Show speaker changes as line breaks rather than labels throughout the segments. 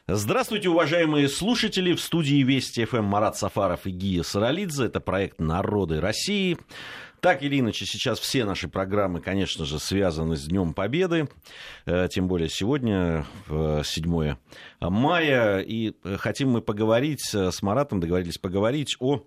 Здравствуйте, уважаемые слушатели. В студии Вести ФМ Марат Сафаров и Гия Саралидзе. Это проект «Народы России». Так или иначе, сейчас все наши программы, конечно же, связаны с Днем Победы. Тем более сегодня, 7 мая. И хотим мы поговорить с Маратом, договорились поговорить о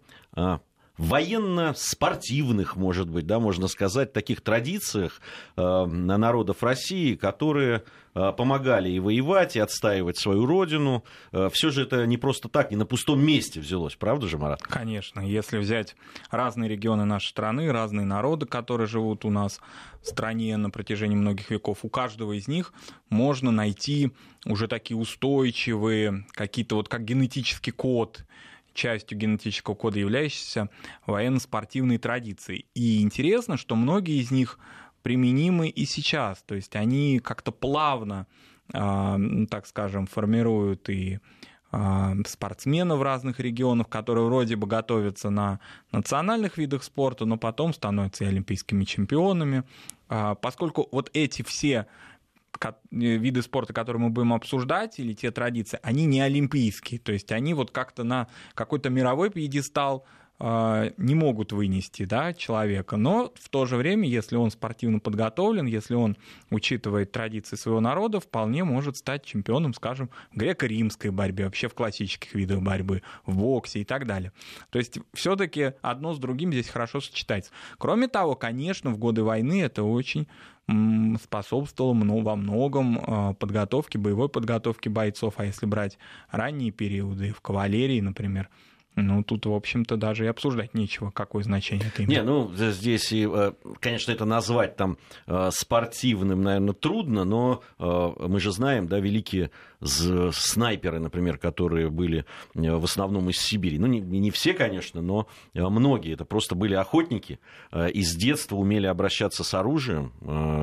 военно-спортивных, может быть, да, можно сказать, таких традициях народов России, которые помогали и воевать, и отстаивать свою родину. Все же это не просто так, не на пустом месте взялось, правда же, Марат?
Конечно. Если взять разные регионы нашей страны, разные народы, которые живут у нас в стране на протяжении многих веков, у каждого из них можно найти уже такие устойчивые, какие-то вот как генетический код, частью генетического кода являющиеся военно-спортивные традиции. И интересно, что многие из них применимы и сейчас. То есть они как-то плавно, так скажем, формируют и спортсменов в разных регионах, которые вроде бы готовятся на национальных видах спорта, но потом становятся и олимпийскими чемпионами. Поскольку вот эти все виды спорта, которые мы будем обсуждать, или те традиции, они не олимпийские, то есть они вот как-то на какой-то мировой пьедестал не могут вынести, да, человека, но в то же время, если он спортивно подготовлен, если он учитывает традиции своего народа, вполне может стать чемпионом, скажем, в греко-римской борьбе, вообще в классических видах борьбы, в боксе и так далее. То есть все-таки одно с другим здесь хорошо сочетается. Кроме того, конечно, в годы войны это очень способствовало во многом подготовке, боевой подготовке бойцов, а если брать ранние периоды в кавалерии, например, ну, тут, в общем-то, даже и обсуждать нечего, какое значение это имеет.
Не, ну, здесь, конечно, это назвать там спортивным, наверное, трудно, но мы же знаем, да, великие снайперы, например, которые были в основном из Сибири. Ну, не все, конечно, но многие. Это просто были охотники и с детства умели обращаться с оружием,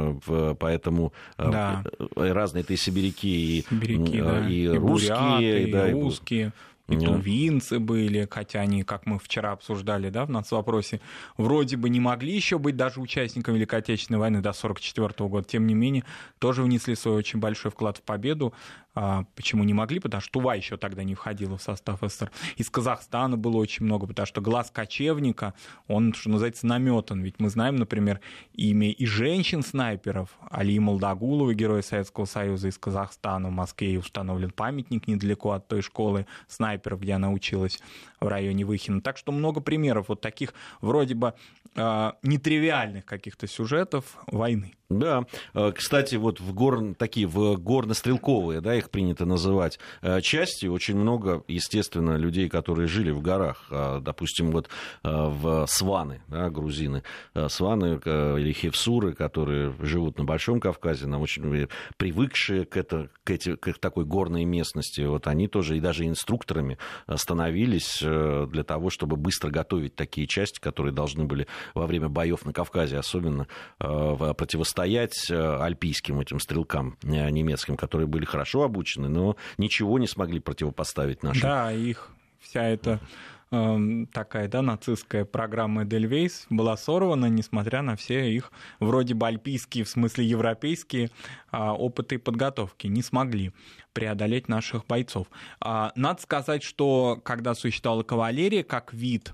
поэтому да. Разные это и сибиряки, и русские,
буряты, и русские. И тувинцы были, хотя они, как мы вчера обсуждали, да, в нацвопросе, вроде бы не могли еще быть даже участниками Великой Отечественной войны до 1944 года, тем не менее, тоже внесли свой очень большой вклад в победу. Почему не могли? Потому что Тува еще тогда не входила в состав СССР. Из Казахстана было очень много, потому что глаз кочевника, он, что называется, наметан. Ведь мы знаем, например, имя и женщин-снайперов. Алии Молдагуловой, героя Советского Союза из Казахстана. В Москве ей установлен памятник недалеко от той школы снайперов, где она училась в районе Выхина. Так что много примеров вот таких вроде бы нетривиальных каких-то сюжетов войны.
Да, кстати, вот в горно-стрелковые, да, их принято называть, части, очень много, естественно, людей, которые жили в горах, допустим, вот в Сваны, да, грузины, Сваны или хевсуры, которые живут на Большом Кавказе, нам очень привыкшие к такой горной местности, вот они тоже и даже инструкторами становились для того, чтобы быстро готовить такие части, которые должны были во время боев на Кавказе особенно противостоять альпийским этим стрелкам немецким, которые были хорошо обучены, но ничего не смогли противопоставить нашим.
Да, их вся эта такая, да, нацистская программа Эдельвейс была сорвана, несмотря на все их вроде бы альпийские, в смысле европейские опыты и подготовки. Не смогли преодолеть наших бойцов. Надо сказать, что когда существовала кавалерия как вид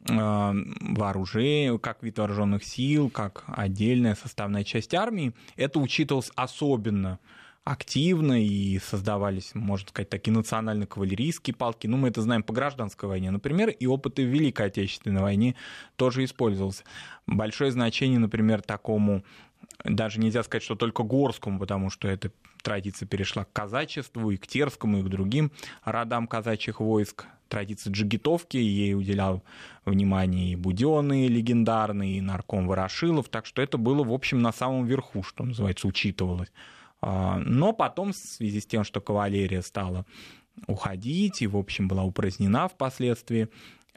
вооружения, как вид вооруженных сил, как отдельная составная часть армии, это учитывалось особенно активно, и создавались, можно сказать, такие национально-кавалерийские полки. Ну, мы это знаем по гражданской войне, например, и опыты в Великой Отечественной войне тоже использовался. Большое значение, например, такому, даже нельзя сказать, что только горскому, потому что эта традиция перешла к казачеству, и к терскому, и к другим родам казачьих войск. Традиция джигитовки, ей уделял внимание и Будённый легендарный, и нарком Ворошилов, так что это было, в общем, на самом верху, что называется, учитывалось. Но потом, в связи с тем, что кавалерия стала уходить и, в общем, была упразднена впоследствии,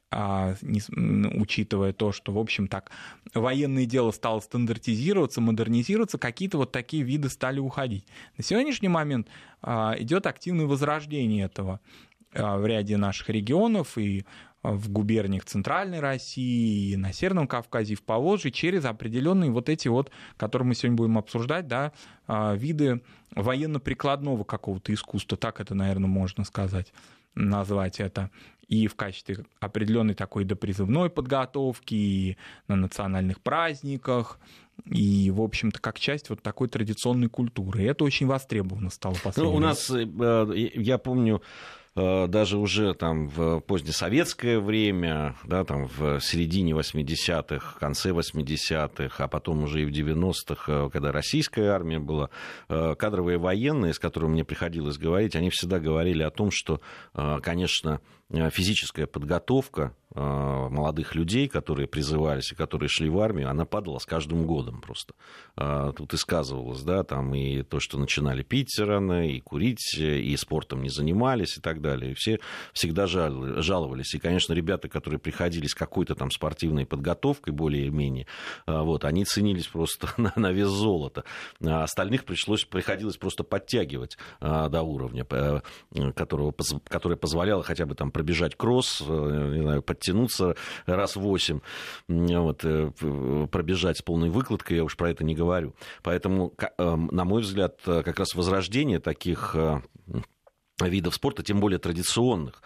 учитывая то, что, в общем, так военное дело стало стандартизироваться, модернизироваться, какие-то вот такие виды стали уходить. На сегодняшний момент идет активное возрождение этого в ряде наших регионов и в губерниях Центральной России, и на Северном Кавказе, и в Поволжье, через определенные вот эти вот, которые мы сегодня будем обсуждать, да, виды военно-прикладного какого-то искусства, так это, наверное, можно сказать, назвать это, и в качестве определенной такой допризывной подготовки, и на национальных праздниках, и, в общем-то, как часть вот такой традиционной культуры. И это очень востребовано стало в последнее время.
У нас, я помню, даже уже там в позднесоветское время, да, там в середине 80-х, конце 80-х, а потом уже и в 90-х, когда российская армия была, кадровые военные, с которыми мне приходилось говорить, они всегда говорили о том, что, конечно, физическая подготовка молодых людей, которые призывались и которые шли в армию, она падала с каждым годом просто. Тут и сказывалось, да, там и то, что начинали пить рано, и курить, и спортом не занимались и так далее. И все всегда жаловались. И, конечно, ребята, которые приходили с какой-то там спортивной подготовкой более-менее, вот, они ценились просто на вес золота. А остальных приходилось просто подтягивать до уровня, которое позволяло хотя бы там пробежать кросс, не знаю, подтянуться раз 8, вот, пробежать с полной выкладкой, я уж про это не говорю. Поэтому, на мой взгляд, как раз возрождение таких видов спорта, тем более традиционных,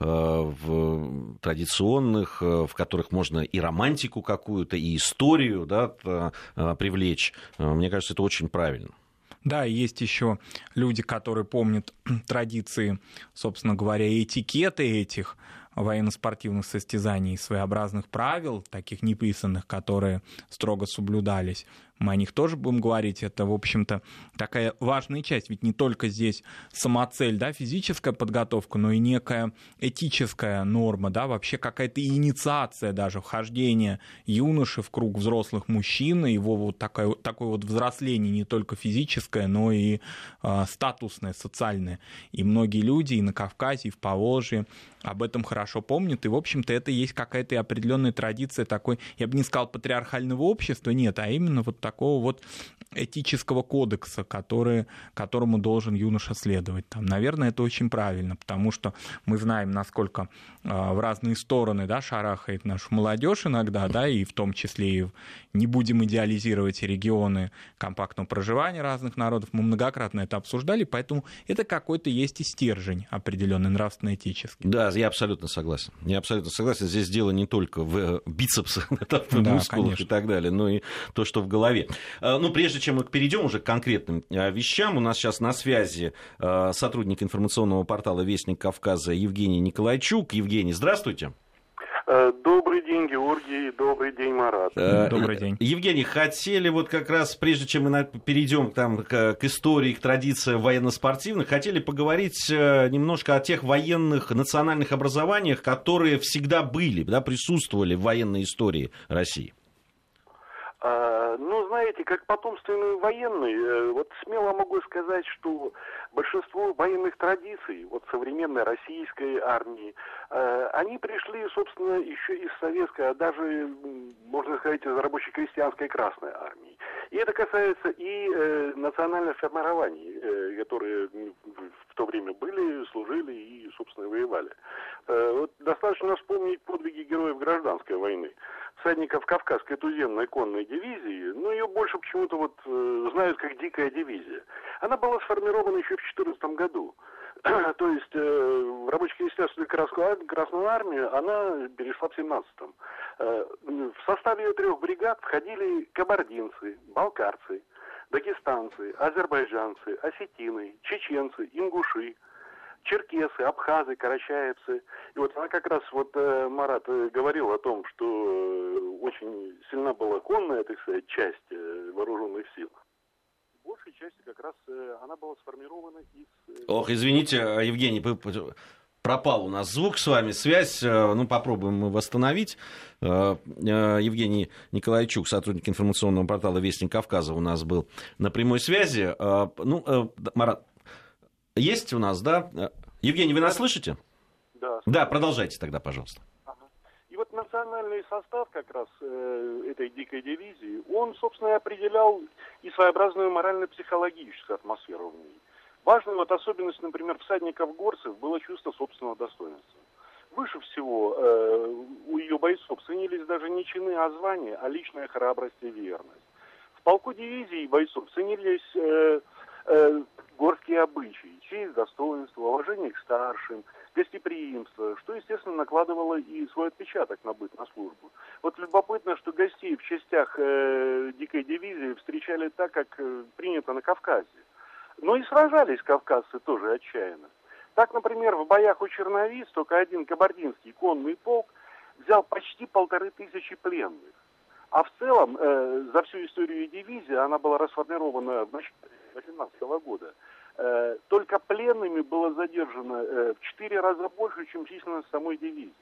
в которых можно и романтику какую-то, и историю, да, привлечь, мне кажется, это очень правильно.
Да, есть еще люди, которые помнят традиции, собственно говоря, и этикеты этих военно-спортивных состязаний, своеобразных правил, таких неписанных, которые строго соблюдались. Мы о них тоже будем говорить. Это, в общем-то, такая важная часть. Ведь не только здесь самоцель, да, физическая подготовка, но и некая этическая норма, да, вообще какая-то инициация даже, вхождение юноши в круг взрослых мужчин, его вот такое вот взросление не только физическое, но и статусное, социальное. И многие люди и на Кавказе, и в Поволжье об этом хорошо помнят. И, в общем-то, это есть какая-то определенная традиция такой, я бы не сказал патриархального общества, нет, а именно вот такого вот этического кодекса, которому должен юноша следовать. Там, наверное, это очень правильно, потому что мы знаем, насколько в разные стороны, да, шарахает нашу молодежь иногда, да, и в том числе и не будем идеализировать регионы компактного проживания разных народов. Мы многократно это обсуждали, поэтому это какой-то есть и стержень определенный нравственно-этический.
Да, я абсолютно согласен. Здесь дело не только в бицепсах, в мускулах и так далее, но и то, что в голове. Ну, прежде чем мы перейдем уже к конкретным вещам, у нас сейчас на связи сотрудник информационного портала «Вестник Кавказа» Евгений Николайчук. Евгений, здравствуйте.
Добрый день, Георгий, добрый день, Марат.
Добрый день.
Евгений, хотели вот как раз, прежде чем мы перейдем там, к истории, к традициям военно-спортивных, хотели поговорить немножко о тех военных национальных образованиях, которые всегда были, да, присутствовали в военной истории России.
Ну, знаете, как потомственный военный, вот смело могу сказать, что большинство военных традиций, вот современной российской армии, они пришли, собственно, еще из советской, а даже, можно сказать, из рабоче-крестьянской Красной армии. И это касается и национальных формирований, которые в то время были, служили и, собственно, воевали. Вот достаточно вспомнить подвиги героев гражданской войны. Всадников Кавказской туземной конной дивизии, но ее больше почему-то вот знают как «Дикая дивизия». Она была сформирована еще в 2014 году. То есть в рабоче-крестьянскую Красную армию она перешла в 2017-м. В составе ее 3 бригад входили кабардинцы, балкарцы, дагестанцы, азербайджанцы, осетины, чеченцы, ингуши, черкесы, абхазы, карачаевцы. И вот она как раз, вот Марат говорил о том, что очень сильна была конная, так сказать, часть вооруженных сил. В большей части как раз она была сформирована из...
Ох, извините, Евгений, пропал у нас звук с вами, связь, ну, попробуем мы восстановить. Евгений Николайчук, сотрудник информационного портала «Вестник Кавказа», у нас был на прямой связи. Ну, Марат, есть у нас, да? Евгений, вы нас слышите?
Да.
Да, продолжайте тогда, пожалуйста.
И вот национальный состав как раз этой дикой дивизии, он, собственно, определял и своеобразную морально-психологическую атмосферу в ней. Важной вот особенностью, например, всадников-горцев было чувство собственного звание, а личная храбрость и верность. В полку дивизий бойцов ценились горские обычаи, честь, достоинство, уважение к старшим, гостеприимство, что, естественно, накладывало и свой отпечаток на быт, на службу. Вот любопытно, что гостей в частях дикой дивизии встречали так, как принято на Кавказе. Но и сражались кавказцы тоже отчаянно. Так, например, в боях у Черновиц только один кабардинский конный полк взял почти 1500 пленных. А в целом, за всю историю дивизии, она была расформирована в начале 2018 года, только пленными было задержано в 4 раза больше, чем численность самой дивизии.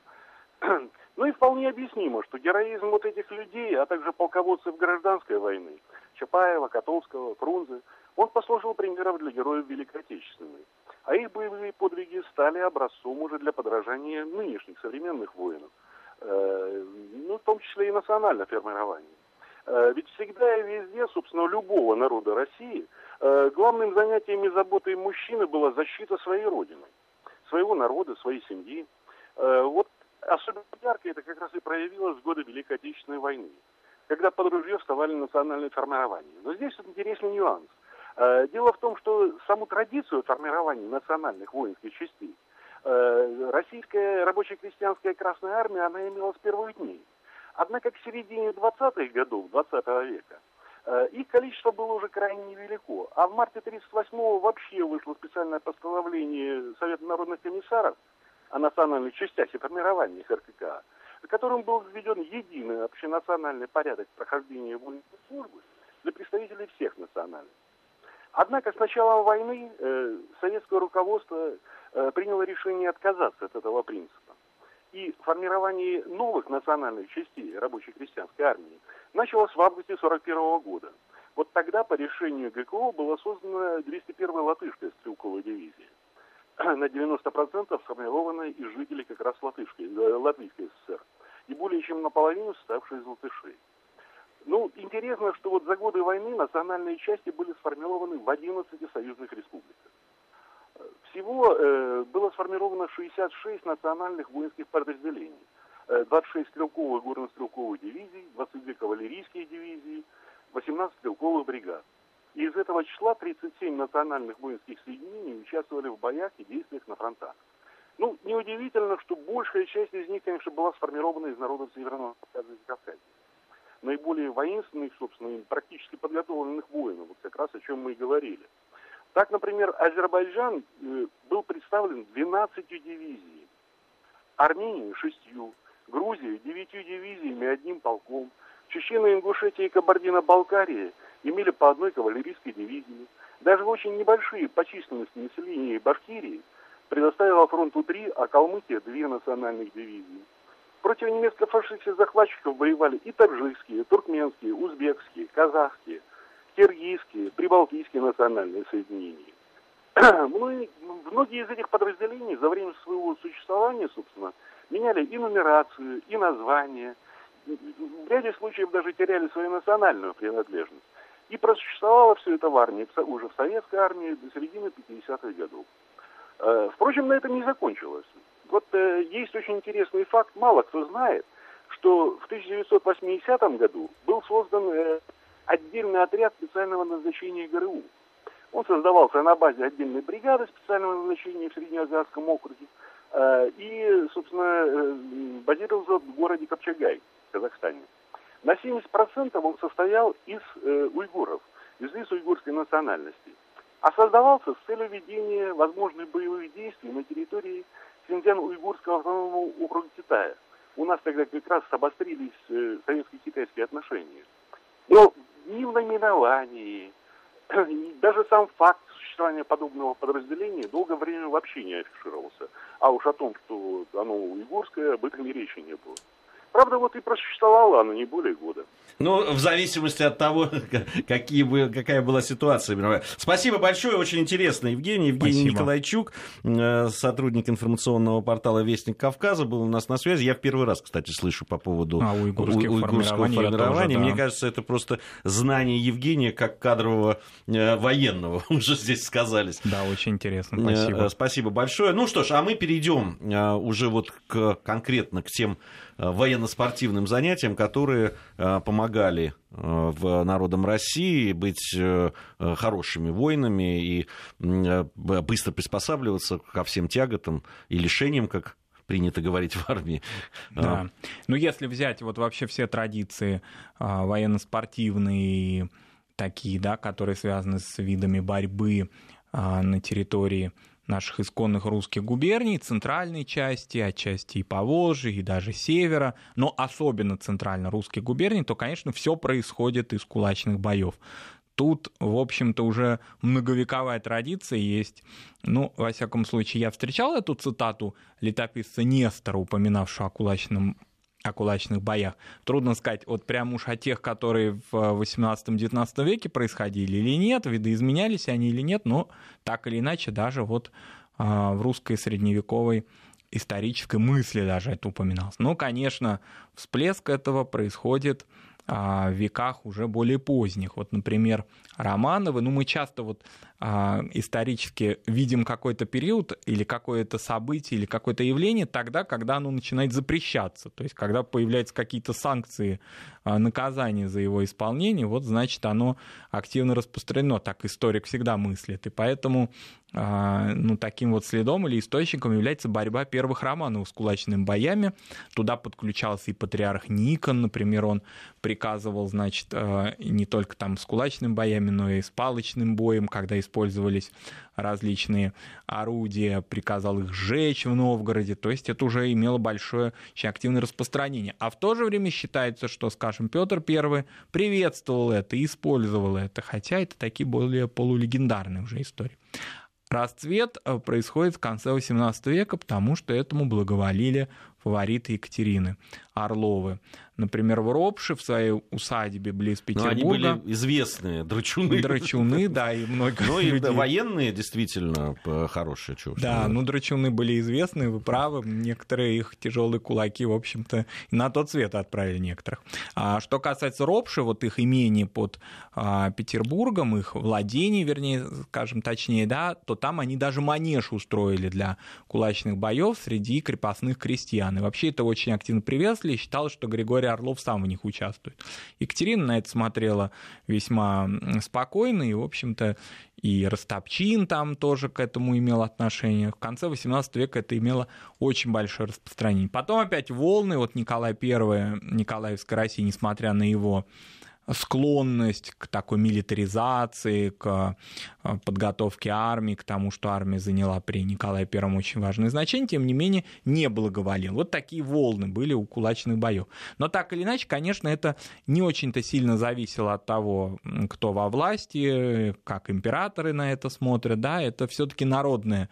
Ну и вполне объяснимо, что героизм вот этих людей, а также полководцев гражданской войны, Чапаева, Котовского, Фрунзе, он послужил примером для героев Великой Отечественной. А их боевые подвиги стали образцом уже для подражания нынешних современных воинов, ну, в том числе и национального формирования. Ведь всегда и везде, собственно, любого народа России, главным занятием и заботой мужчины была защита своей родины, своего народа, своей семьи. Вот особенно ярко это как раз и проявилось в годы Великой Отечественной войны, когда под ружье вставали национальные формирования. Но здесь интересный нюанс. Дело в том, что саму традицию формирования национальных воинских частей российская рабоче-крестьянская Красная Армия, она имела с первых дней. Однако к середине 20-х годов 20 века их количество было уже крайне невелико. А в марте 1938-го вообще вышло специальное постановление Совета народных комиссаров о национальных частях и формированиях РККА, которым был введен единый общенациональный порядок прохождения воинской службы для представителей всех национальностей. Однако с началом войны советское руководство приняло решение отказаться от этого принципа. И формирование новых национальных частей рабоче-крестьянской армии началось в августе 1941 года. Вот тогда по решению ГКО была создана 201-я латышская стрелковая дивизия, на 90% сформированная из жителей как раз Латвийской ССР, и более чем наполовину составшая из латышей. Ну, интересно, что вот за годы войны национальные части были сформированы в 11 союзных республиках. Всего было сформировано 66 национальных воинских подразделений, 26 стрелковых горно-стрелковых дивизий, 22 кавалерийские дивизии, 18 стрелковых бригад. И из этого числа 37 национальных воинских соединений участвовали в боях и действиях на фронтах. Ну, неудивительно, что большая часть из них, конечно, была сформирована из народов Северного Кавказа и Кавказа. Наиболее воинственных, собственно, и практически подготовленных воинов, вот как раз о чем мы и говорили. Так, например, Азербайджан был представлен 12 дивизий, Армения 6, Грузия 9 дивизиями и 1 полком, Чечена, Ингушетия и Кабардино-Балкария имели по 1 кавалерийской дивизии. Даже очень небольшие по численности населения Башкирии предоставила фронту 3, а Калмыкия 2 национальных дивизии. Против немецко-фашистских захватчиков воевали и таджикские, туркменские, узбекские, казахские, киргизские, прибалтийские национальные соединения. Многие из этих подразделений за время своего существования, собственно, меняли и нумерацию, и название. В ряде случаев даже теряли свою национальную принадлежность. И просуществовало все это в армии, уже в советской армии до середины 50-х годов. Впрочем, на этом не закончилось. Вот есть очень интересный факт, мало кто знает, что в 1980 году был создан отдельный отряд специального назначения ГРУ. Он создавался на базе отдельной бригады специального назначения в Среднеазиатском округе и, собственно, базировался в городе Капчагай в Казахстане. На 70% он состоял из уйгуров, из лиц уйгурской национальности. А создавался с целью ведения возможных боевых действий на территории Синьцзян-Уйгурского автономного округа Китая. У нас тогда как раз обострились советско-китайские отношения. Но ни в наименовании, даже сам факт существования подобного подразделения долгое время вообще не афишировался. А уж о том, что оно уйгурское, об этом и речи не было. Правда, вот и просуществовало оно не более года.
Ну, в зависимости от того, какая была ситуация мировая. Спасибо большое, очень интересно. Евгений Николайчук, сотрудник информационного портала «Вестник Кавказа», был у нас на связи. Я в первый раз, кстати, слышу по поводу уйгурского формирования. Мне кажется, это просто знание Евгения как кадрового военного. Уже здесь сказались.
Да, очень интересно. Спасибо.
Спасибо большое. Ну что ж, а мы перейдем уже вот конкретно к тем военно военно-спортивным занятиям, которые помогали народам России быть хорошими воинами и быстро приспосабливаться ко всем тяготам и лишениям, как принято говорить в армии.
Да. Ну, если взять вот вообще все традиции военно-спортивные, такие, да, которые связаны с видами борьбы на территории наших исконных русских губерний, центральной части, отчасти и Поволжья, и даже севера, но особенно центрально-русских губерний, то, конечно, все происходит из кулачных боев. Тут, в общем-то, уже многовековая традиция есть. Ну, во всяком случае, я встречал эту цитату летописца Нестора, упоминавшего о кулачных боях. Трудно сказать, вот прям уж о тех, которые в 18-19 веке происходили или нет, видоизменялись они или нет, но так или иначе даже вот в русской средневековой исторической мысли даже это упоминалось. Но, конечно, всплеск этого происходит в веках уже более поздних. Вот, например, Романовы, ну, мы часто вот исторически видим какой-то период или какое-то событие, или какое-то явление тогда, когда оно начинает запрещаться, то есть когда появляются какие-то санкции, наказания за его исполнение, вот, значит, оно активно распространено, так историк всегда мыслит, и поэтому ну, таким вот следом или источником является борьба первых Романовых с кулачными боями. Туда подключался и патриарх Никон, например, он приказывал, значит, не только там с кулачными боями, но и с палочным боем, когда использовались различные орудия, приказал их сжечь в Новгороде, то есть это уже имело большое, очень активное распространение. А в то же время считается, что, скажем, Петр I приветствовал это и использовал это, хотя это такие более полулегендарные уже истории. Расцвет происходит в конце XVIII века, потому что этому благоволили фавориты Екатерины, Орловы. Например, в Ропше, в своей усадьбе близ Петербурга.
Но они были известные драчуны.
Драчуны, да, и много людей.
Ну и военные действительно хорошие.
Да, ну драчуны были известны, вы правы. Некоторые их тяжелые кулаки, в общем-то, на тот свет отправили некоторых. А что касается Ропши, вот их имений под Петербургом, их владений, вернее, скажем точнее, да, то там они даже манеж устроили для кулачных боев среди крепостных крестьян. И вообще это очень активно приветствовали, и считалось, что Григорий Орлов сам в них участвует. Екатерина на это смотрела весьма спокойно, и, в общем-то, и Растопчин там тоже к этому имел отношение. В конце XVIII века это имело очень большое распространение. Потом опять волны, вот Николай I, Николаевской России, несмотря на его склонность к такой милитаризации, к подготовке армии, к тому, что армия заняла при Николае I очень важное значение, тем не менее не благоволил. Вот такие волны были у кулачных боев. Но так или иначе, конечно, это не очень-то сильно зависело от того, кто во власти, как императоры на это смотрят. Да, это все-таки народная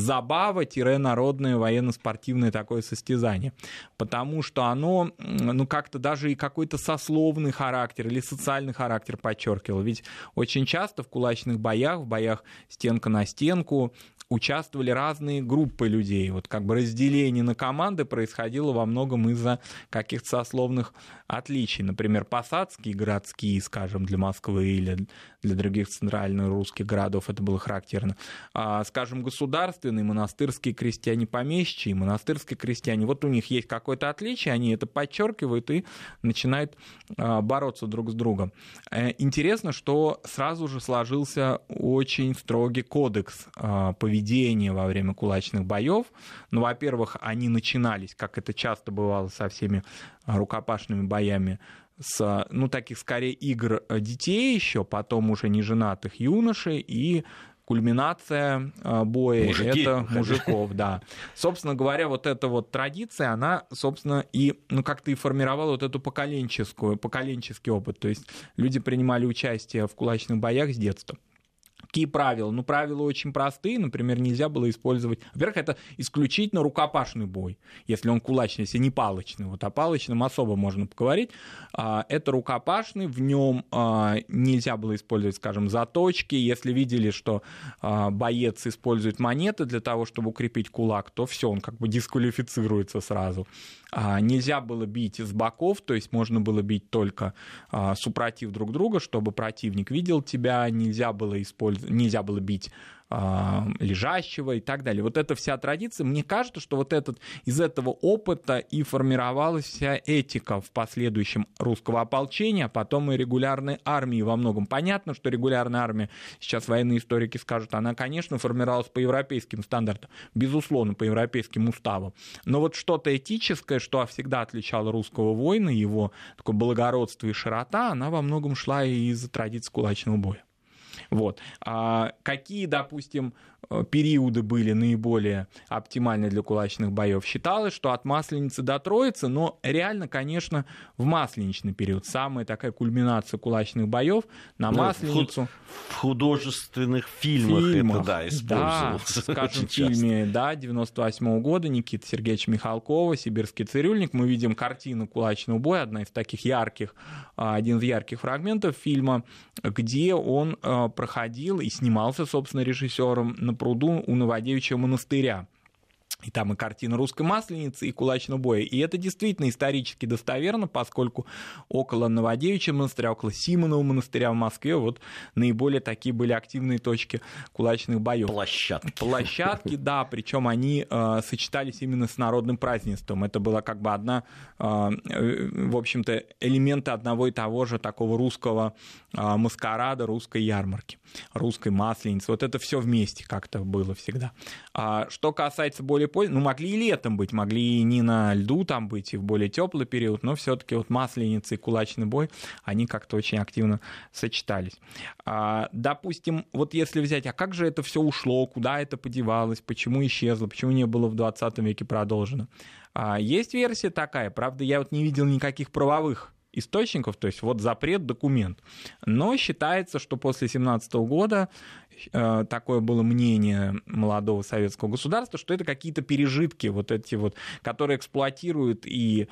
забава-народное военно-спортивное такое состязание. Потому что оно, ну, как-то даже и какой-то сословный характер или социальный характер подчеркивал. Ведь очень часто в кулачных боях, в боях стенка на стенку, участвовали разные группы людей. Вот как бы разделение на команды происходило во многом из-за каких-то сословных отличий. Например, посадские, городские, скажем, для Москвы или для других центрально-русских городов это было характерно. Скажем, государственные, монастырские крестьяне-помещичьи и монастырские крестьяне. Вот у них есть какое-то отличие, они это подчеркивают и начинают бороться друг с другом. Интересно, что сразу же сложился очень строгий кодекс поведения во время кулачных боев. Ну, во-первых, они начинались, как это часто бывало со всеми рукопашными боями, с, ну, таких скорее игр детей еще, потом уже неженатых юношей, и кульминация боя — это мужиков, да. Собственно говоря, вот эта вот традиция, она, собственно, и, ну, как-то и формировала вот эту поколенческий опыт. То есть люди принимали участие в кулачных боях с детства. Какие правила? Ну, правила очень простые. Например, нельзя было использовать... Во-первых, это исключительно рукопашный бой, если он кулачный, если не палочный. Вот о палочном особо можно поговорить. Это рукопашный, в нем нельзя было использовать, скажем, заточки. Если видели, что боец использует монеты для того, чтобы укрепить кулак, то все, он как бы дисквалифицируется сразу. Нельзя было бить с боков, то есть можно было бить только супротив друг друга, чтобы противник видел тебя. Нельзя было бить лежащего и так далее. Вот эта вся традиция, мне кажется, что вот из этого опыта и формировалась вся этика в последующем русского ополчения, а потом и регулярной армии во многом. Понятно, что регулярная армия, сейчас военные историки скажут, она, конечно, формировалась по европейским стандартам, безусловно, по европейским уставам. Но вот что-то этическое, что всегда отличало русского воина, его такое благородство и широта, она во многом шла и из традиции кулачного боя. Вот. Какие, допустим, периоды были наиболее оптимальны для кулачных боев? Считалось, что от Масленицы до Троицы, но реально, конечно, в масленичный период. Самая такая кульминация кулачных боев на Масленицу.
В художественных фильмах это, да, использовалось.
Да, скажем, в фильме 98 года Никиты Сергеевича Михалкова «Сибирский цирюльник» мы видим картину кулачного боя, один из ярких фрагментов фильма, где он проходил и снимался, собственно, режиссером на пруду у Новодевичьего монастыря. И там и картина русской масленицы, и кулачного боя. И это действительно исторически достоверно, поскольку около Новодевичьего монастыря, около Симонова монастыря в Москве вот наиболее такие были активные точки кулачных боев. Площадки, да, причем они сочетались именно с народным празднеством. Это была как бы в общем-то, элементы одного и того же такого русского маскарада, русской ярмарки, русской масленицы. Вот это все вместе как-то было всегда. Что касается более позднего, могли и летом быть, могли и не на льду там быть, и в более теплый период, но все-таки вот масленица и кулачный бой, они как-то очень активно сочетались. Допустим, вот если взять, а как же это все ушло, куда это подевалось, почему исчезло, почему не было в 20 веке продолжено? Есть версия такая, правда, я вот не видел никаких правовых источников, то есть вот запрет, документ. Но считается, что после 17 года такое было мнение молодого советского государства, что это какие-то пережитки, вот эти вот, которые эксплуатируют и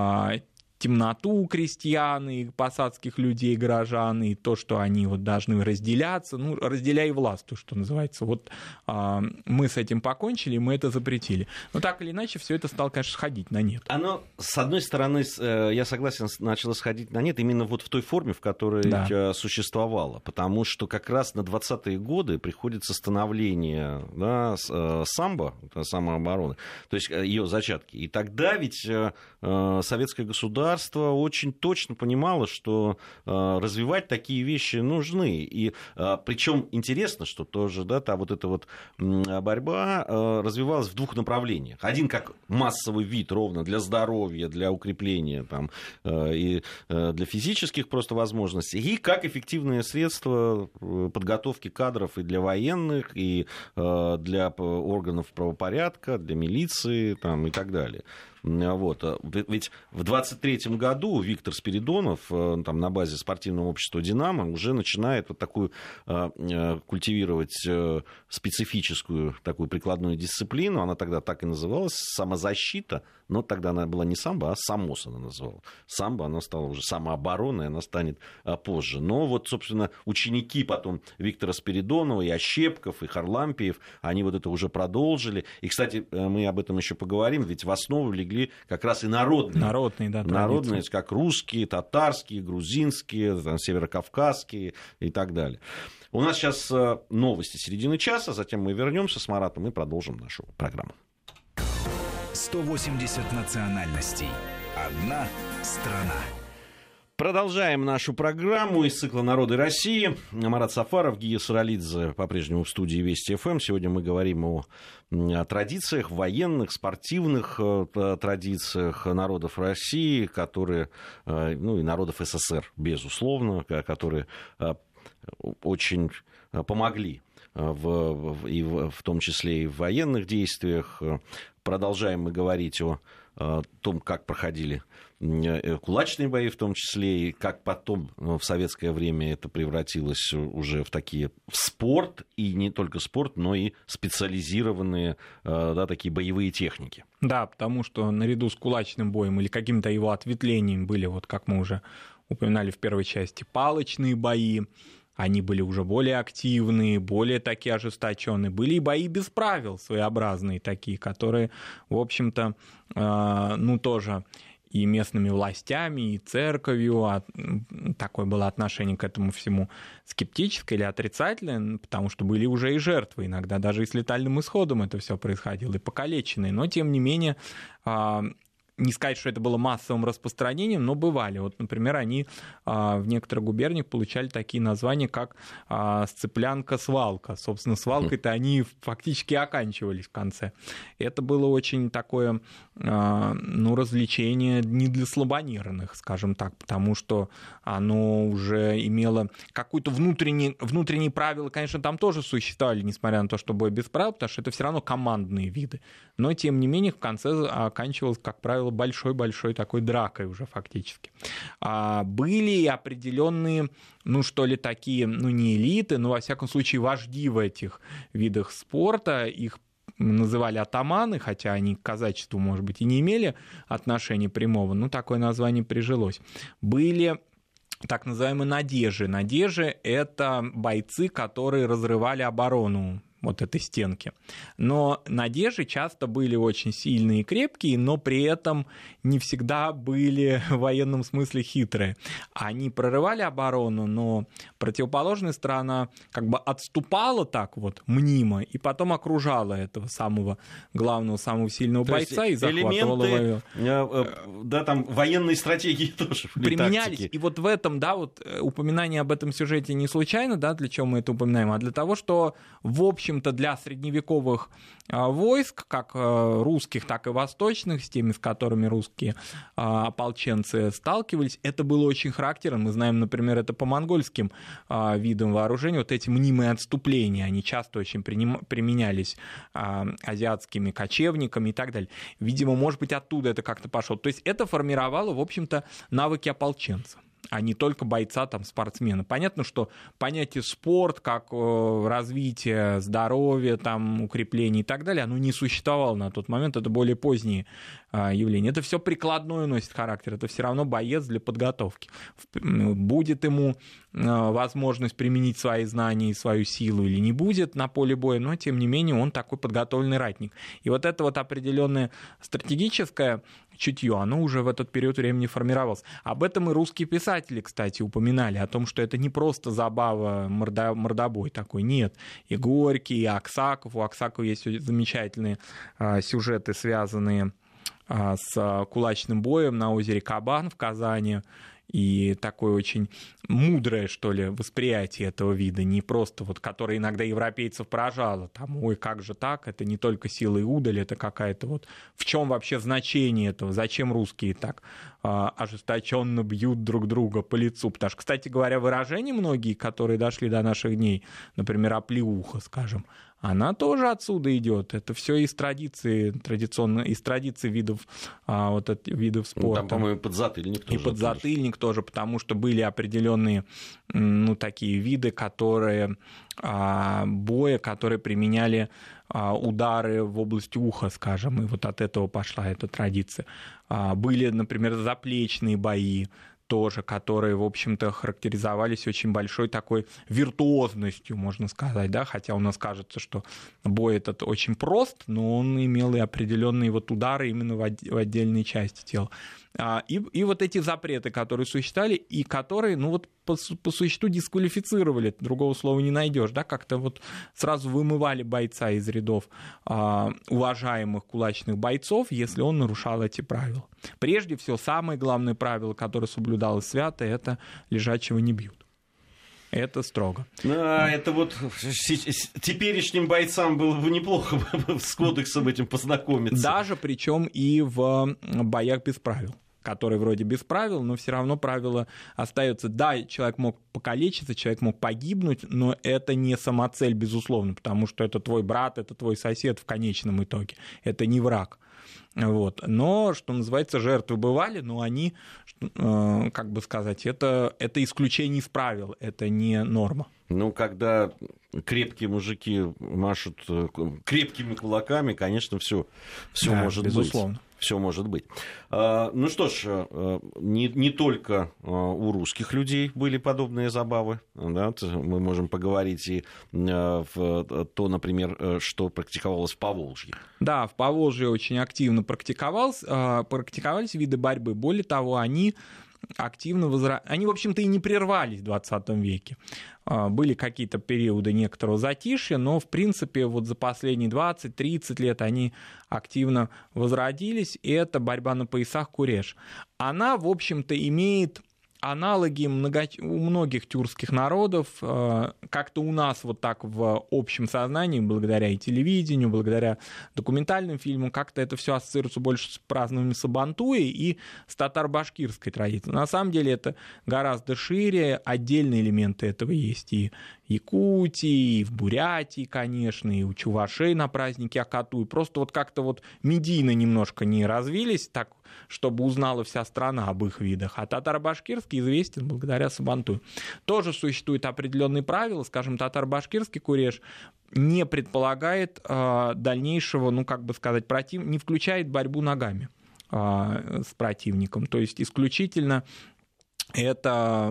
темноту крестьян, и посадских людей, горожан, и то, что они вот должны разделяться, разделяй власть, то, что называется. Вот мы с этим покончили, мы это запретили. Но так или иначе, все это стало, конечно, сходить на нет.
Оно, с одной стороны, я согласен, начало сходить на нет именно вот в той форме, в которой существовало, потому что как раз на 20-е годы приходится становление самбо, самообороны, то есть ее зачатки. И тогда ведь советское государство очень точно понимало, что развивать такие вещи нужны. И причем интересно, что тоже вот эта вот борьба развивалась в двух направлениях. Один как массовый вид ровно для здоровья, для укрепления там, и для физических просто возможностей, и как эффективное средство подготовки кадров и для военных, и для органов правопорядка, для милиции там, и так далее. Вот. Ведь в 23-м году Виктор Спиридонов там, на базе спортивного общества «Динамо» уже начинает вот такую культивировать специфическую такую прикладную дисциплину. Она тогда так и называлась «самозащита», но тогда она была не самбо, а самос она называла. Самбо, она стала уже самообороной, она станет позже. Но вот, собственно, ученики потом Виктора Спиридонова, и Ощепков, и Харлампиев, они вот это уже продолжили. И, кстати, мы об этом еще поговорим, ведь в основу легли как раз и народные, как русские, татарские, грузинские, там, северокавказские и так далее. У нас сейчас новости середины часа, затем мы вернемся с Маратом и продолжим нашу программу.
180 национальностей. Одна страна.
Продолжаем нашу программу из цикла «Народы России». Марат Сафаров, Гия Саралидзе по-прежнему в студии Вести ФМ. Сегодня мы говорим о традициях, военных, спортивных традициях народов России, которые, и народов СССР, безусловно, которые очень помогли в том числе и в военных действиях. Продолжаем мы говорить о том, как проходили кулачные бои в том числе, и как потом в советское время это превратилось уже в спорт, и не только спорт, но и специализированные такие боевые техники.
Да, потому что наряду с кулачным боем или каким-то его ответвлением были, вот как мы уже упоминали в первой части, палочные бои. Они были уже более активные, более такие ожесточенные. Были и бои без правил своеобразные такие, которые, в общем-то, тоже и местными властями, и церковью. Такое было отношение к этому всему скептическое или отрицательное, потому что были уже и жертвы, иногда даже и с летальным исходом это все происходило, и покалеченные. Но, тем не менее, не сказать, что это было массовым распространением, но бывали. Вот, например, они в некоторых губерниях получали такие названия, как сцеплянка-свалка. Собственно, свалкой-то они фактически оканчивались в конце. Это было очень такое, развлечение не для слабонервных, скажем так, потому что оно уже имело какое-то внутренние правила, конечно, там тоже существовали, несмотря на то, что бой без правил, потому что это все равно командные виды. Но, тем не менее, в конце оканчивалось, как правило, большой-большой такой дракой уже фактически. Были определенные, такие, не элиты, но, во всяком случае, вожди в этих видах спорта. Их называли атаманы, хотя они к казачеству, может быть, и не имели отношения прямого, но такое название прижилось. Были так называемые надежи. Надежи — это бойцы, которые разрывали оборону вот этой стенки. Но надежи часто были очень сильные и крепкие, но при этом не всегда были в военном смысле хитрые. Они прорывали оборону, но противоположная сторона как бы отступала так вот мнимо и потом окружала этого самого главного, самого сильного бойца и захватывала его.
Да, там военные стратегии тоже
применялись. И вот в этом, упоминание об этом сюжете не случайно, для чего мы это упоминаем, а для того, что в общем для средневековых войск, как русских, так и восточных, с теми, с которыми русские ополченцы сталкивались, это было очень характерно. Мы знаем, например, это по монгольским видам вооружения, вот эти мнимые отступления, они часто очень применялись азиатскими кочевниками и так далее. Видимо, может быть, оттуда это как-то пошло. То есть это формировало, в общем-то, навыки ополченца, а не только бойца, спортсмена. Понятно, что понятие спорт, как развитие здоровья, укрепление и так далее, оно не существовало на тот момент, это более поздние явления. Это все прикладное носит характер, это все равно боец для подготовки. Будет ему возможность применить свои знания и свою силу или не будет на поле боя, но тем не менее он такой подготовленный ратник. И вот это вот определенное стратегическое чутье, оно уже в этот период времени формировалось. Об этом и русские писатели, кстати, упоминали, о том, что это не просто забава, мордобой такой, нет. И Горький, и Аксаков, у Аксакова есть замечательные сюжеты, связанные с кулачным боем на озере Кабан в Казани, и такое очень мудрое, что ли, восприятие этого вида, не просто которое иногда европейцев поражало, ой, как же так, это не только сила и удаль, это какая-то в чем вообще значение этого, зачем русские так ожесточенно бьют друг друга по лицу, потому что, кстати говоря, выражения многие, которые дошли до наших дней, например, оплеуха, скажем, она тоже отсюда идет. Это все из традиции, традиционно, из традиций видов спорта.
Там, по-моему, подзатыльник тоже.
И подзатыльник тоже, потому что были определенные такие виды, боя, которые применяли удары в область уха, скажем, и от этого пошла эта традиция. Были, например, заплечные бои, тоже, которые, в общем-то, характеризовались очень большой такой виртуозностью, можно сказать, хотя у нас кажется, что бой этот очень прост, но он имел и определенные удары именно в отдельной части тела. И вот эти запреты, которые существовали, и которые, по существу дисквалифицировали, другого слова не найдешь, как-то сразу вымывали бойца из рядов уважаемых кулачных бойцов, если он нарушал эти правила. Прежде всего, самое главное правило, которое соблюдалось свято, это лежачего не бьют. Это строго.
Это теперешним бойцам было бы неплохо с кодексом этим познакомиться.
Даже причем и в боях без правил, которые вроде без правил, но все равно правило остается. Да, человек мог покалечиться, человек мог погибнуть, но это не самоцель, безусловно, потому что это твой брат, это твой сосед в конечном итоге. Это не враг. Но, что называется, жертвы бывали, но они, как бы сказать, это исключение из правил, это не норма.
Когда крепкие мужики машут крепкими кулаками, конечно, все может
безусловно.
быть. Все может быть. Ну что ж, не только у русских людей были подобные забавы. Да? Мы можем поговорить и в то, например, что практиковалось в Поволжье.
Да, в Поволжье очень активно практиковались виды борьбы. Более того, они активно они, в общем-то, и не прервались в 20 веке. Были какие-то периоды некоторого затишья, но, в принципе, вот за последние 20-30 лет они активно возродились, и это борьба на поясах куреш. Она, в общем-то, имеет аналоги у многих тюркских народов. Как-то у нас вот так в общем сознании, благодаря и телевидению, благодаря документальным фильмам, как-то это все ассоциируется больше с празднованием Сабантуи и с татаро-башкирской традицией. На самом деле это гораздо шире, отдельные элементы этого есть и в Якутии, и в Бурятии, конечно, и у чувашей на празднике Акатуй. Просто вот как-то вот медийно немножко не развились, так, чтобы узнала вся страна об их видах. А татаро-башкирский известен благодаря Сабантую. Тоже существуют определенные правила. Скажем, татаро-башкирский куреш не предполагает дальнейшего, ну, как бы сказать, не включает борьбу ногами с противником. То есть исключительно это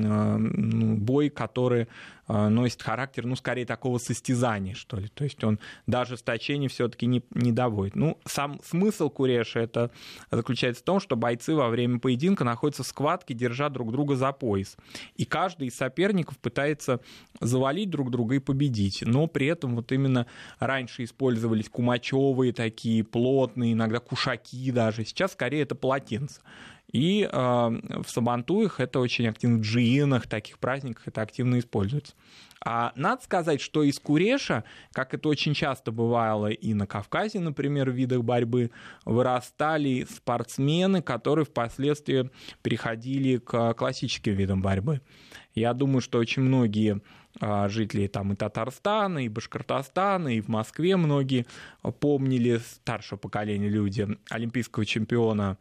бой, который носит характер, ну, скорее такого состязания, что ли. То есть он даже стачения все-таки не доводит. Ну, сам смысл куреша это заключается в том, что бойцы во время поединка находятся в схватке, держа друг друга за пояс. И каждый из соперников пытается завалить друг друга и победить. Но при этом вот именно раньше использовались кумачевые такие, плотные, иногда кушаки даже. Сейчас скорее это полотенца. И в сабантуях это очень активно, в джиинах, таких праздниках это активно используется. А надо сказать, что из куреша, как это очень часто бывало и на Кавказе, например, в видах борьбы, вырастали спортсмены, которые впоследствии переходили к классическим видам борьбы. Я думаю, что очень многие жители там и Татарстана, и Башкортостана, и в Москве многие помнили, старшего поколения люди, олимпийского чемпиона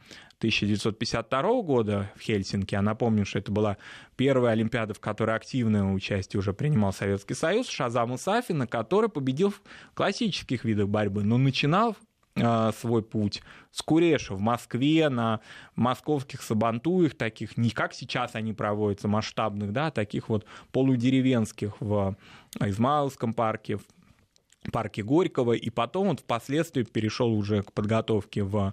1952 года в Хельсинки. А напомню, что это была первая Олимпиада, в которой активное участие уже принимал Советский Союз, Шазама Сафина, который победил в классических видах борьбы, но начинал свой путь с куреша в Москве, на московских сабантуях, таких, не как сейчас они проводятся, масштабных, да, таких вот полудеревенских в Измайловском парке, в парке Горького, и потом вот впоследствии перешел уже к подготовке в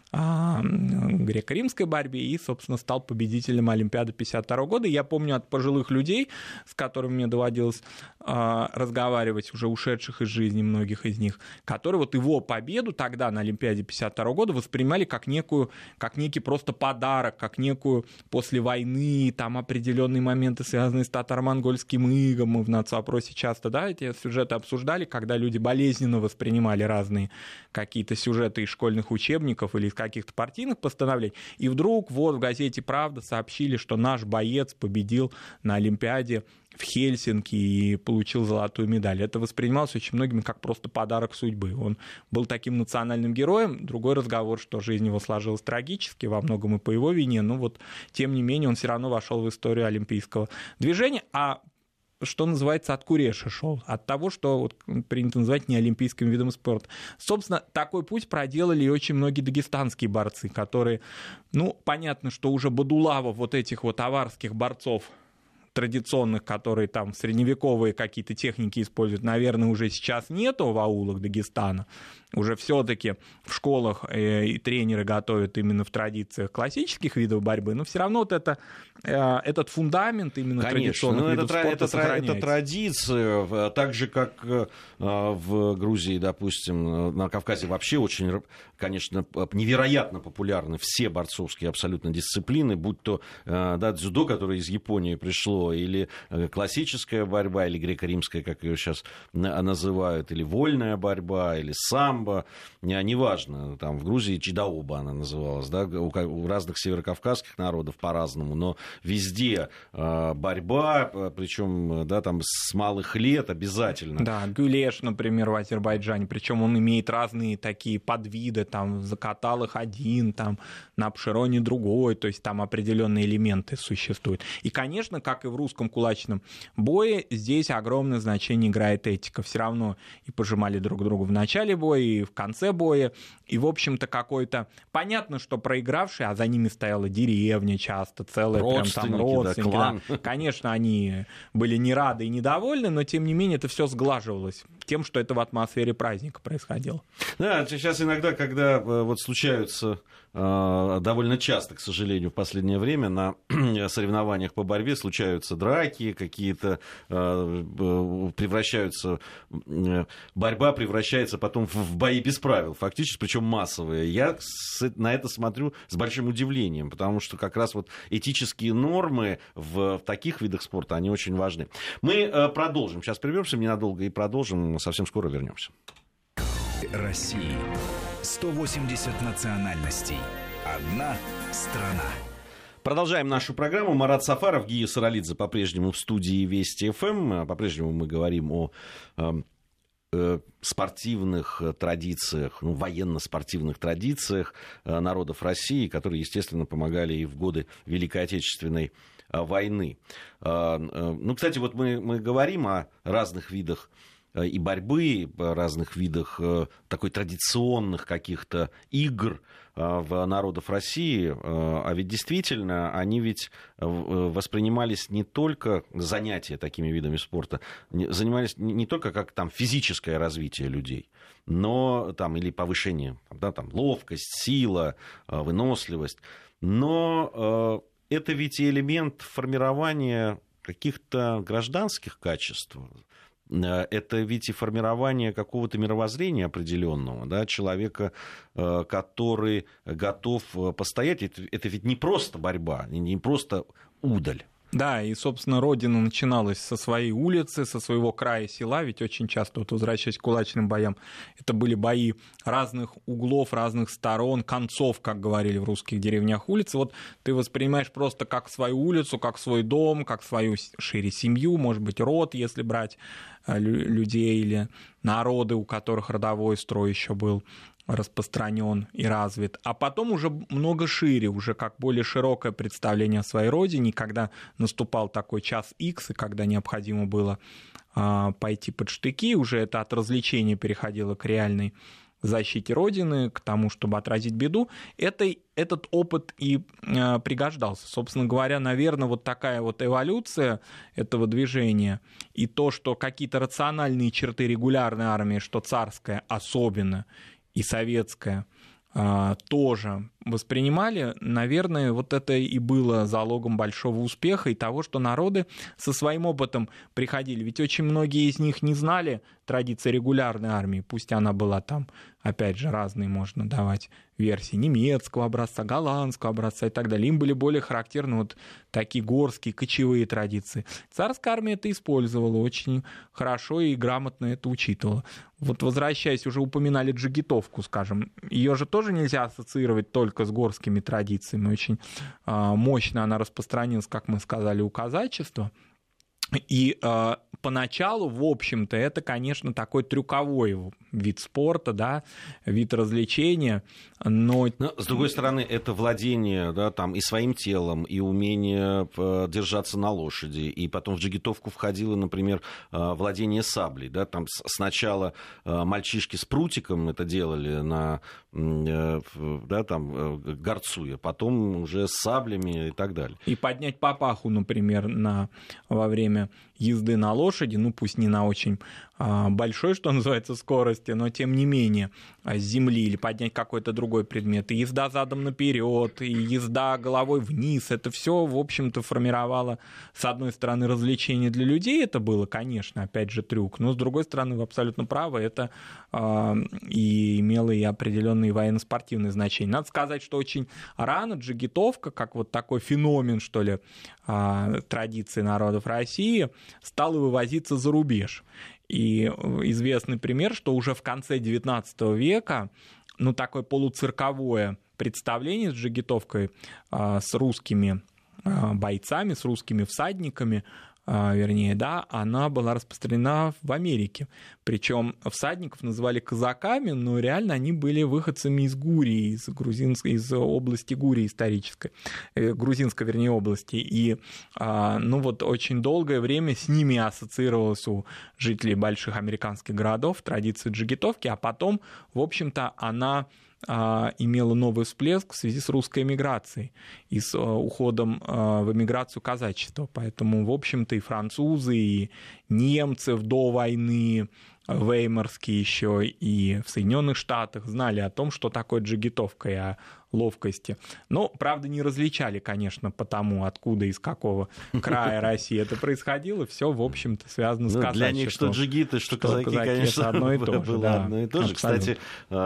греко-римской борьбе и, собственно, стал победителем Олимпиады 1952 года. Я помню от пожилых людей, с которыми мне доводилось разговаривать, уже ушедших из жизни многих из них, которые вот его победу тогда на Олимпиаде 1952 года воспринимали как некий просто подарок, как некую после войны, там определенные моменты, связанные с татаро-монгольским игом. Мы в нацвопросе часто, да, эти сюжеты обсуждали, когда люди болезненно воспринимали разные какие-то сюжеты из школьных учебников или из каких-то партийных постановлений, и вдруг вот в газете «Правда» сообщили, что наш боец победил на Олимпиаде в Хельсинки и получил золотую медаль. Это воспринималось очень многими как просто подарок судьбы. Он был таким национальным героем. Другой разговор, что жизнь его сложилась трагически, во многом и по его вине, но вот тем не менее он все равно вошел в историю олимпийского движения, а что называется, от куреша шел, от того, что вот принято называть неолимпийским видом спорта. Собственно, такой путь проделали и очень многие дагестанские борцы, которые, ну, понятно, что уже Бадулава, вот этих вот аварских борцов традиционных, которые там средневековые какие-то техники используют, наверное, уже сейчас нету в аулах Дагестана. Уже все-таки в школах и тренеры готовят именно в традициях классических видов борьбы, но все равно вот этот фундамент именно традиционных видов спорта сохраняется.
Это традиция, так же, как в Грузии, допустим, на Кавказе вообще очень, конечно, невероятно популярны все борцовские абсолютно дисциплины, будь то дзюдо, которое из Японии пришло, или классическая борьба, или греко-римская, как ее сейчас называют, или вольная борьба, или самбо, неважно, там в Грузии чидаоба она называлась, да, у разных северокавказских народов по-разному, но везде борьба, причем, да, там с малых лет обязательно.
Да, гюлеш, например, в Азербайджане, причем он имеет разные такие подвиды, там в закаталах один, там на Апшероне другой, то есть там определенные элементы существуют. И, конечно, как и в русском кулачном бое, здесь огромное значение играет этика. Все равно и пожимали друг другу в начале боя, и в конце боя. И, в общем-то, какой-то... Понятно, что проигравший, а за ними стояла деревня часто, целая прям там родственники. Да, клан. Да. Конечно, они были не рады и недовольны, но, тем не менее, это все сглаживалось тем, что это в атмосфере праздника происходило.
Да, сейчас иногда, когда вот случаются довольно часто, к сожалению, в последнее время на соревнованиях по борьбе случаются драки, какие-то борьба превращается потом в бои без правил, фактически, причем массовые. Я на это смотрю с большим удивлением, потому что как раз вот этические нормы в таких видах спорта, они очень важны. Мы продолжим. Сейчас прервемся ненадолго и продолжим. Совсем скоро вернемся.
Россия. 180 национальностей. Одна страна.
Продолжаем нашу программу. Марат Сафаров, Гия Саралидзе по-прежнему в студии Вести ФМ. По-прежнему мы говорим о спортивных традициях, военно-спортивных традициях народов России, которые, естественно, помогали и в годы Великой Отечественной войны. Кстати, вот мы говорим о разных видах и борьбы, разных видах такой традиционных каких-то игр в народов России, а ведь действительно они ведь воспринимались не только занятия такими видами спорта, занимались не только как там физическое развитие людей, но там или повышение, да, там, ловкость, сила, выносливость, но это ведь и элемент формирования каких-то гражданских качеств. Это ведь и формирование какого-то мировоззрения определенного, да, человека, который готов постоять. Это ведь не просто борьба, не просто удаль.
Да, и, собственно, Родина начиналась со своей улицы, со своего края села, ведь очень часто, вот возвращаясь к кулачным боям, это были бои разных углов, разных сторон, концов, как говорили в русских деревнях, улицы. Вот ты воспринимаешь просто как свою улицу, как свой дом, как свою шире семью, может быть, род, если брать людей или народы, у которых родовой строй еще был распространен и развит, а потом уже много шире, уже как более широкое представление о своей родине, когда наступал такой час Х, и когда необходимо было пойти под штыки, уже это от развлечения переходило к реальной защите Родины, к тому, чтобы отразить беду, этот опыт и пригождался. Собственно говоря, наверное, вот такая вот эволюция этого движения и то, что какие-то рациональные черты регулярной армии, что царская особенно, и советская тоже воспринимали, наверное, вот это и было залогом большого успеха и того, что народы со своим опытом приходили. Ведь очень многие из них не знали традиции регулярной армии, пусть она была там, опять же, разные можно давать версии немецкого образца, голландского образца и так далее. Им были более характерны вот такие горские, кочевые традиции. Царская армия это использовала очень хорошо и грамотно это учитывала. Вот возвращаясь, уже упоминали джигитовку, скажем, ее же тоже нельзя ассоциировать только с горскими традициями. Очень мощно она распространилась, как мы сказали, у казачества. И поначалу, в общем-то, это, конечно, такой трюковой вид спорта, да, вид развлечения, но
с другой стороны, это владение, да, там, и своим телом, и умение держаться на лошади, и потом в джигитовку входило, например, владение саблей, да, там сначала мальчишки с прутиком это делали да, там, горцуя, потом уже с саблями и так далее.
И поднять папаху, например, во время езды на лошади, ну пусть не на очень большой, что называется, скорости, но тем не менее с земли, или поднять какой-то другой предмет, и езда задом наперед, и езда головой вниз, это все, в общем-то, формировало, с одной стороны, развлечение для людей, это было, конечно, опять же, трюк, но с другой стороны, вы абсолютно правы, это и имело и определенные военно-спортивные значения. Надо сказать, что очень рано джигитовка, как вот такой феномен, что ли, традиции народов России, стала вывозиться за рубеж. И известный пример, что уже в конце XIX века, ну, такое полуцирковое представление с джигитовкой, с русскими бойцами, с русскими всадниками она была распространена в Америке. Причем всадников называли казаками, но реально они были выходцами из Гурии, из области Гурии исторической, грузинской, вернее, области. И очень долгое время с ними ассоциировалась у жителей больших американских городов традиция джигитовки, а потом, в общем-то, она имела новый всплеск в связи с русской эмиграцией и с уходом в эмиграцию казачества. Поэтому, в общем-то, и французы, и немцы до войны, веймарские еще, и в Соединенных Штатах знали о том, что такое джигитовка, и о ловкости. Но, правда, не различали, конечно, по тому, откуда, из какого края России это происходило. Все, в общем-то, связано с казачеством.
Для них что джигиты, что казаки, конечно,
это одно и то же.
Было одно и то же. Кстати,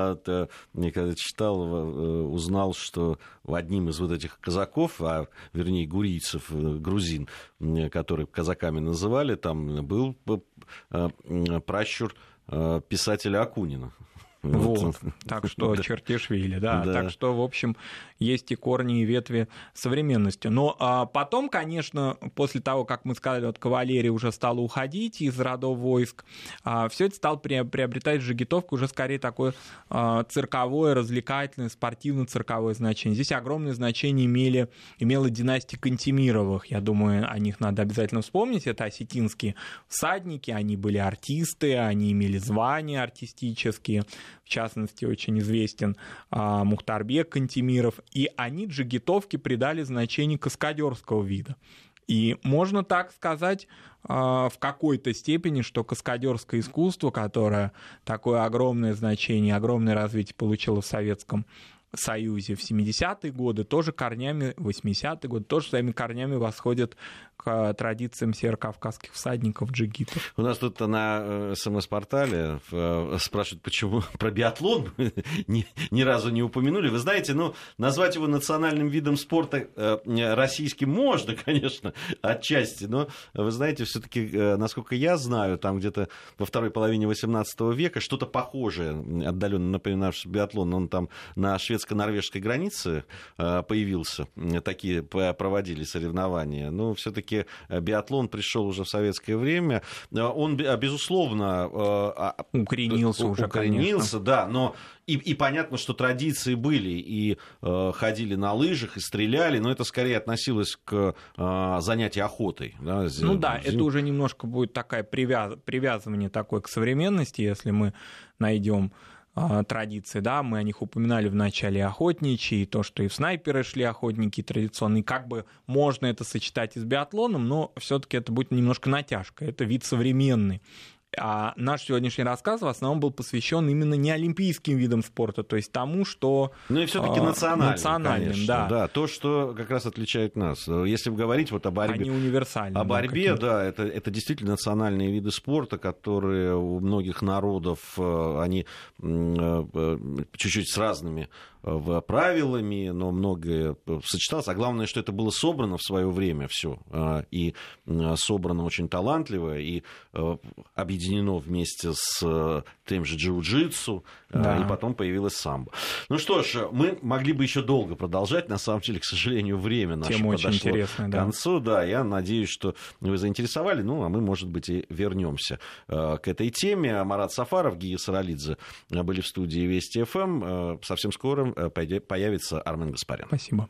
я когда читал, узнал, что одним из вот этих казаков, вернее, гурийцев, грузин, которых казаками называли, там был пращур писателя Акунина.
Вот, так что Чертишвили, да. Так что, в общем, есть и корни, и ветви современности. Но потом, конечно, после того, как мы сказали, вот кавалерия уже стала уходить из родов войск, все это стало приобретать джигитовку уже скорее такое цирковое, развлекательное, спортивно-цирковое значение. Здесь огромное значение имела династия Кантемировых. Я думаю, о них надо обязательно вспомнить. Это осетинские всадники, они были артисты, они имели звания артистические. В частности, очень известен Мухтарбек Кантемиров, и они джигитовке придали значение каскадерского вида. И можно так сказать в какой-то степени, что каскадерское искусство, которое такое огромное значение, огромное развитие получило в Советском Союзе в 70-е годы, тоже корнями, 80-е годы, тоже своими корнями восходят к традициям северокавказских всадников, джигитов.
У нас тут на СМС-портале спрашивают, почему про биатлон ни разу не упомянули. Вы знаете, назвать его национальным видом спорта российским можно, конечно, отчасти, но вы знаете, все-таки, насколько я знаю, там где-то во второй половине 18 века что-то похожее, отдаленно напоминавшее биатлон, он там на шведско-норвежской границе появился, такие проводили соревнования, но все-таки биатлон пришел уже в советское время. Он, безусловно,
укоренился,
да, но и понятно, что традиции были, и ходили на лыжах, и стреляли, но это скорее относилось к занятию охотой. Да,
это уже немножко будет такое привязывание такое к современности, если мы найдем традиции, да, мы о них упоминали в начале охотничьи, и то, что и в снайперы шли охотники традиционные, как бы можно это сочетать и с биатлоном, но все-таки это будет немножко натяжка, это вид современный. А наш сегодняшний рассказ в основном был посвящен именно не олимпийским видам спорта, то есть тому, что...
Ну и все-таки национальным,
конечно,
да. То, что как раз отличает нас. Если говорить вот о борьбе...
Они универсальны.
О борьбе, да, это действительно национальные виды спорта, которые у многих народов, они чуть-чуть с разными правилами, но многое сочеталось. А главное, что это было собрано в свое время все. И собрано очень талантливо, и объединено вместе с тем же джиу-джитсу, и потом появилась самбо. Ну что ж, мы могли бы еще долго продолжать. На самом деле, к сожалению, время наше подошло к концу. Да, я надеюсь, что вы заинтересовали. А мы, может быть, и вернемся к этой теме. Марат Сафаров, Гия Саралидзе были в студии Вести ФМ. Совсем скоро появится Армен Гаспарян.
Спасибо.